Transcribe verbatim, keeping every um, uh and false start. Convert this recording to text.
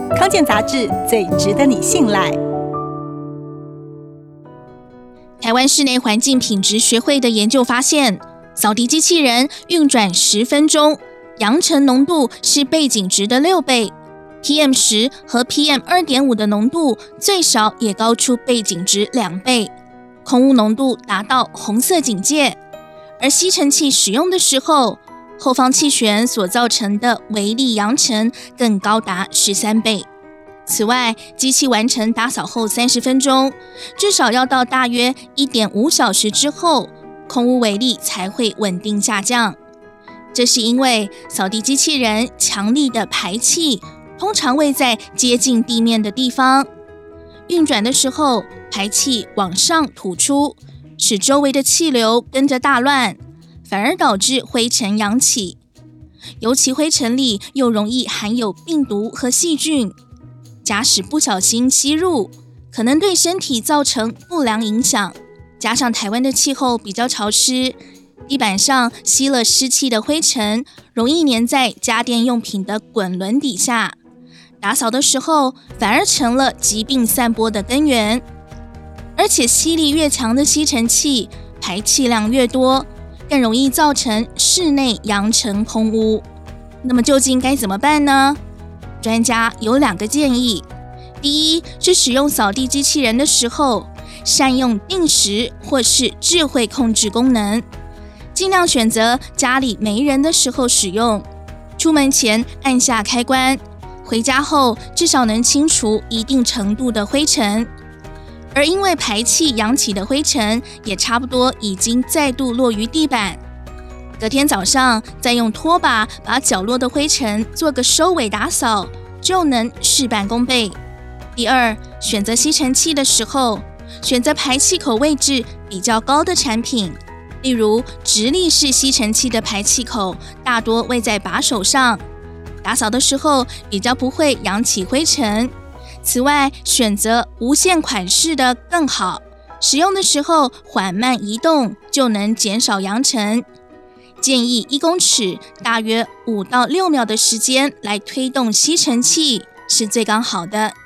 康健杂志最值得你信赖。 台湾室内环境品质学会的研究发现，扫地机器人运转十分钟，扬尘浓度是背景值的六倍， P M 十 和 P M 二点五 的浓度最少也高出背景值两倍，空污浓度达到红色警戒。而吸尘器使用的时候，后方气旋所造成的微粒扬尘更高达十三倍。此外，机器完成打扫后三十分钟，至少要到大约 一点五小时之后，空污微粒才会稳定下降。这是因为扫地机器人强力的排气通常位在接近地面的地方，运转的时候排气往上吐出，使周围的气流跟着大乱，反而导致灰尘扬起。尤其灰尘里又容易含有病毒和细菌，假使不小心吸入，可能对身体造成不良影响。加上台湾的气候比较潮湿，地板上吸了湿气的灰尘容易粘在家电用品的滚轮底下，打扫的时候反而成了疾病散播的根源。而且吸力越强的吸尘器，排气量越多，更容易造成室内扬尘空污。那么究竟该怎么办呢？专家有两个建议。第一是使用扫地机器人的时候，善用定时或是智慧控制功能，尽量选择家里没人的时候使用，出门前按下开关，回家后至少能清除一定程度的灰尘。而因为排气扬起的灰尘也差不多已经再度落于地板，隔天早上再用拖把把角落的灰尘做个收尾打扫，就能事半功倍。第二，选择吸尘器的时候，选择排气口位置比较高的产品，例如直立式吸尘器的排气口大多位在把手上，打扫的时候比较不会扬起灰尘。此外，选择无线款式的更好，使用的时候缓慢移动就能减少扬尘。建议一公尺大约五到六秒的时间来推动吸尘器是最刚好的。